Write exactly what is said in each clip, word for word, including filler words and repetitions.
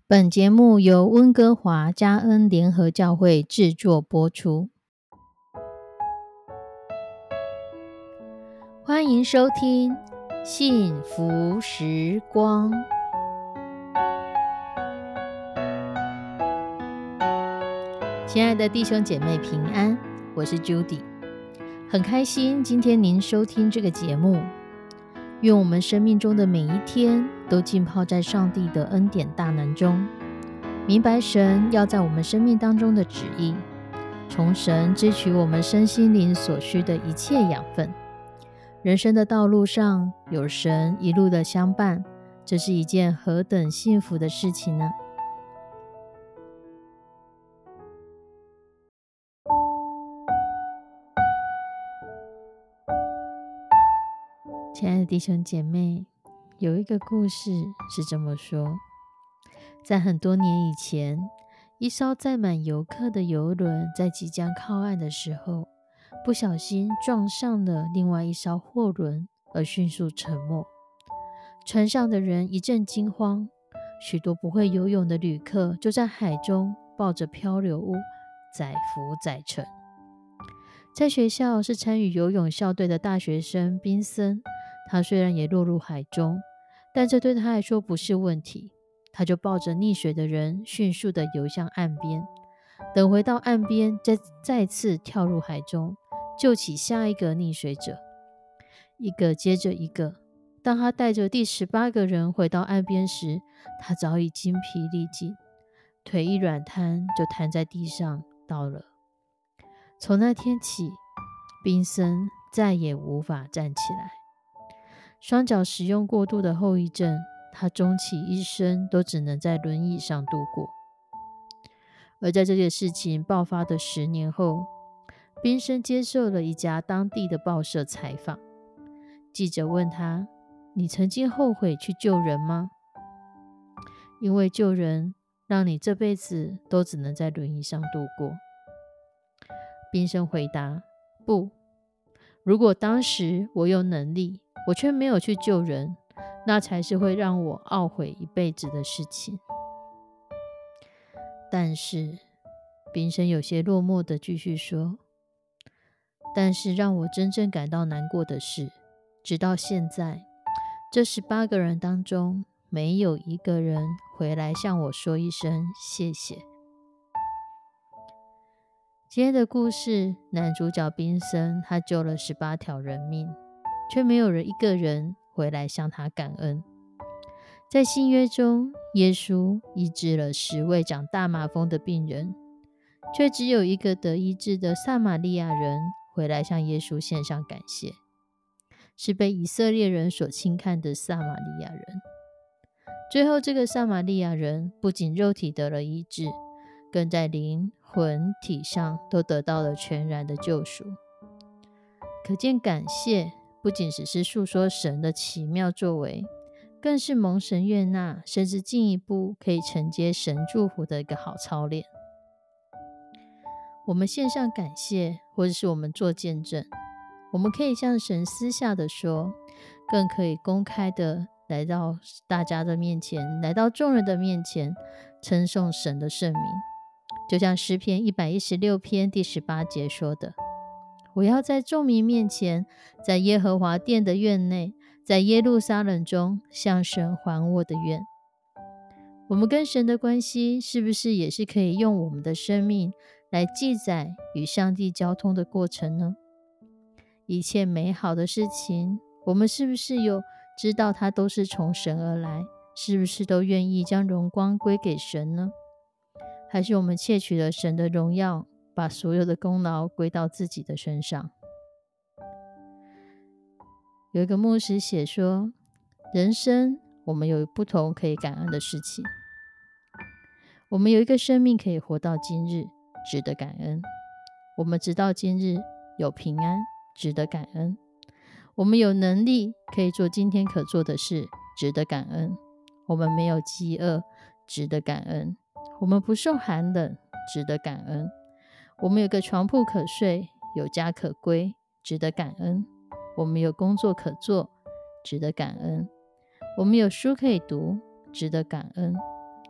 本节目由温哥华加恩联合教会制作播出，欢迎收听幸福时光。亲爱的弟兄姐妹平安，我是 Judy， 很开心今天您收听这个节目。愿我们生命中的每一天都浸泡在上帝的恩典大能中，明白神要在我们生命当中的旨意，从神支取我们身心灵所需的一切养分。人生的道路上有神一路的相伴，这是一件何等幸福的事情呢？亲爱的弟兄姐妹，有一个故事是这么说：在很多年以前，一艘载满游客的游轮在即将靠岸的时候，不小心撞上了另外一艘货轮，而迅速沉没。船上的人一阵惊慌，许多不会游泳的旅客就在海中抱着漂流物载浮载沉。在学校是参与游泳校队的大学生宾森，他虽然也落入海中，但这对他来说不是问题。他就抱着溺水的人迅速地游向岸边，等回到岸边再再次跳入海中，救起下一个溺水者。一个接着一个，当他带着第十八个人回到岸边时，他早已精疲力尽，腿一软瘫就瘫在地上倒了。从那天起，宾森再也无法站起来，双脚使用过度的后遗症，他终其一生都只能在轮椅上度过。而在这件事情爆发的十年后，宾森接受了一家当地的报社采访。记者问他：你曾经后悔去救人吗？因为救人让你这辈子都只能在轮椅上度过。宾森回答：不，如果当时我有能力，我却没有去救人，那才是会让我懊悔一辈子的事情。但是，宾森有些落寞地继续说，但是让我真正感到难过的是，直到现在，这十八个人当中，没有一个人回来向我说一声谢谢。今天的故事，男主角宾森他救了十八条人命，却没有人一个人回来向他感恩。在新约中，耶稣医治了十位长大麻风的病人，却只有一个得医治的撒玛利亚人回来向耶稣献上感谢，是被以色列人所轻看的撒玛利亚人。最后，这个撒玛利亚人不仅肉体得了医治，更在灵魂体上都得到了全然的救赎。可见感谢不仅只是诉说神的奇妙作为，更是蒙神悦纳，甚至进一步可以承接神祝福的一个好操练。我们献上感谢，或者是我们做见证，我们可以向神私下的说，更可以公开的来到大家的面前，来到众人的面前，称颂神的圣名。就像诗篇一百一十六篇第十八节说的，我要在众民面前，在耶和华殿的院内，在耶路撒冷中向神还我的愿。我们跟神的关系是不是也是可以用我们的生命来记载与上帝交通的过程呢？一切美好的事情，我们是不是有知道它都是从神而来？是不是都愿意将荣光归给神呢？还是我们窃取了神的荣耀，把所有的功劳归到自己的身上？有一个牧师写说，人生我们有不同可以感恩的事情。我们有一个生命可以活到今日，值得感恩。我们直到今日有平安，值得感恩。我们有能力可以做今天可做的事，值得感恩。我们没有饥饿，值得感恩。我们不受寒冷，值得感恩。我们有个床铺可睡，有家可归，值得感恩。我们有工作可做，值得感恩。我们有书可以读，值得感恩。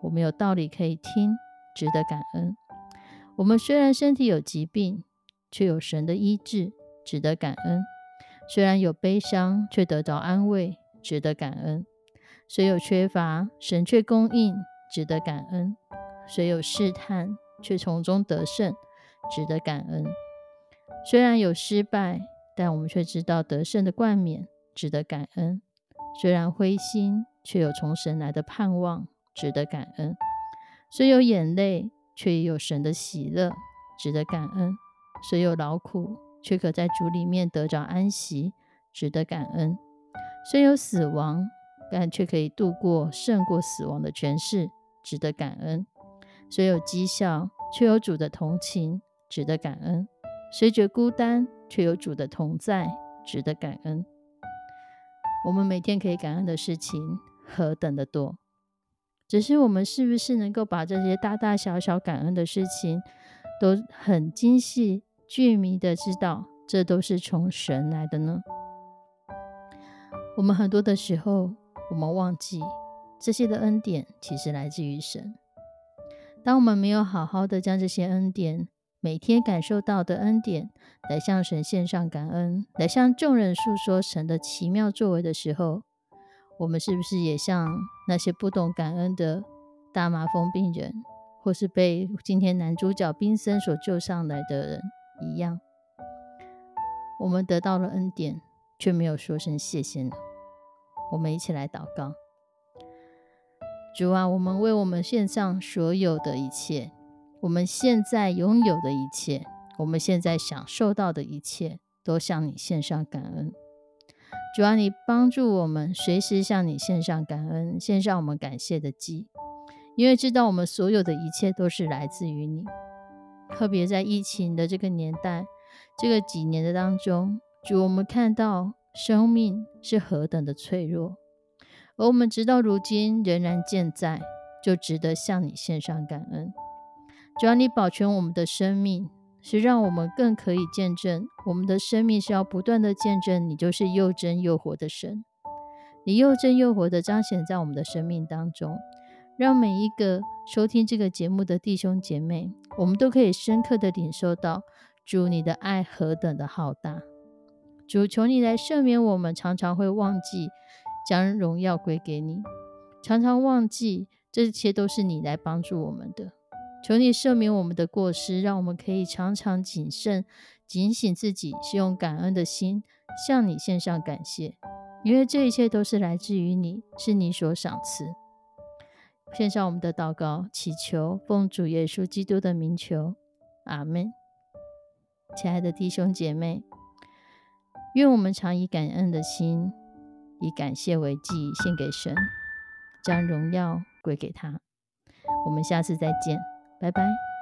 我们有道理可以听，值得感恩。我们虽然身体有疾病，却有神的医治，值得感恩。虽然有悲伤，却得着安慰，值得感恩。虽有缺乏，神却供应，值得感恩。虽有试探，却从中得胜，值得感恩。虽然有失败，但我们却知道得胜的冠冕，值得感恩。虽然灰心，却有从神来的盼望，值得感恩。虽有眼泪，却也有神的喜乐，值得感恩。虽有劳苦，却可在主里面得着安息，值得感恩。虽有死亡，但却可以度过胜过死亡的权势，值得感恩。虽有讥笑，却有主的同情，值得感恩。虽觉孤单，却有主的同在，值得感恩。我们每天可以感恩的事情何等的多，只是我们是不是能够把这些大大小小感恩的事情都很精细具弥的知道，这都是从神来的呢？我们很多的时候，我们忘记这些的恩典其实来自于神。当我们没有好好的将这些恩典，每天感受到的恩典来向神献上感恩，来向众人诉说神的奇妙作为的时候，我们是不是也像那些不懂感恩的大麻风病人，或是被今天男主角宾森所救上来的人一样？我们得到了恩典，却没有说声谢谢呢？我们一起来祷告。主啊，我们为我们献上所有的一切，我们现在拥有的一切，我们现在享受到的一切，都向你献上感恩。主啊，你帮助我们随时向你献上感恩，献上我们感谢的祭，因为知道我们所有的一切都是来自于你。特别在疫情的这个年代，这个几年的当中，主，我们看到生命是何等的脆弱，而我们直到如今仍然健在，就值得向你献上感恩。主啊，你保全我们的生命，是让我们更可以见证，我们的生命是要不断的见证你就是又真又活的神，你又真又活的彰显在我们的生命当中，让每一个收听这个节目的弟兄姐妹，我们都可以深刻的领受到主你的爱何等的浩大。主，求你来赦免我们常常会忘记将荣耀归给你，常常忘记这一切都是你来帮助我们的。求你赦免我们的过失，让我们可以常常谨慎警醒自己，是用感恩的心向你献上感谢，因为这一切都是来自于你，是你所赏赐。献上我们的祷告，祈求奉主耶稣基督的名求，阿们。亲爱的弟兄姐妹，愿我们常以感恩的心，以感谢为祭献给神，将荣耀归给他。我们下次再见，拜拜。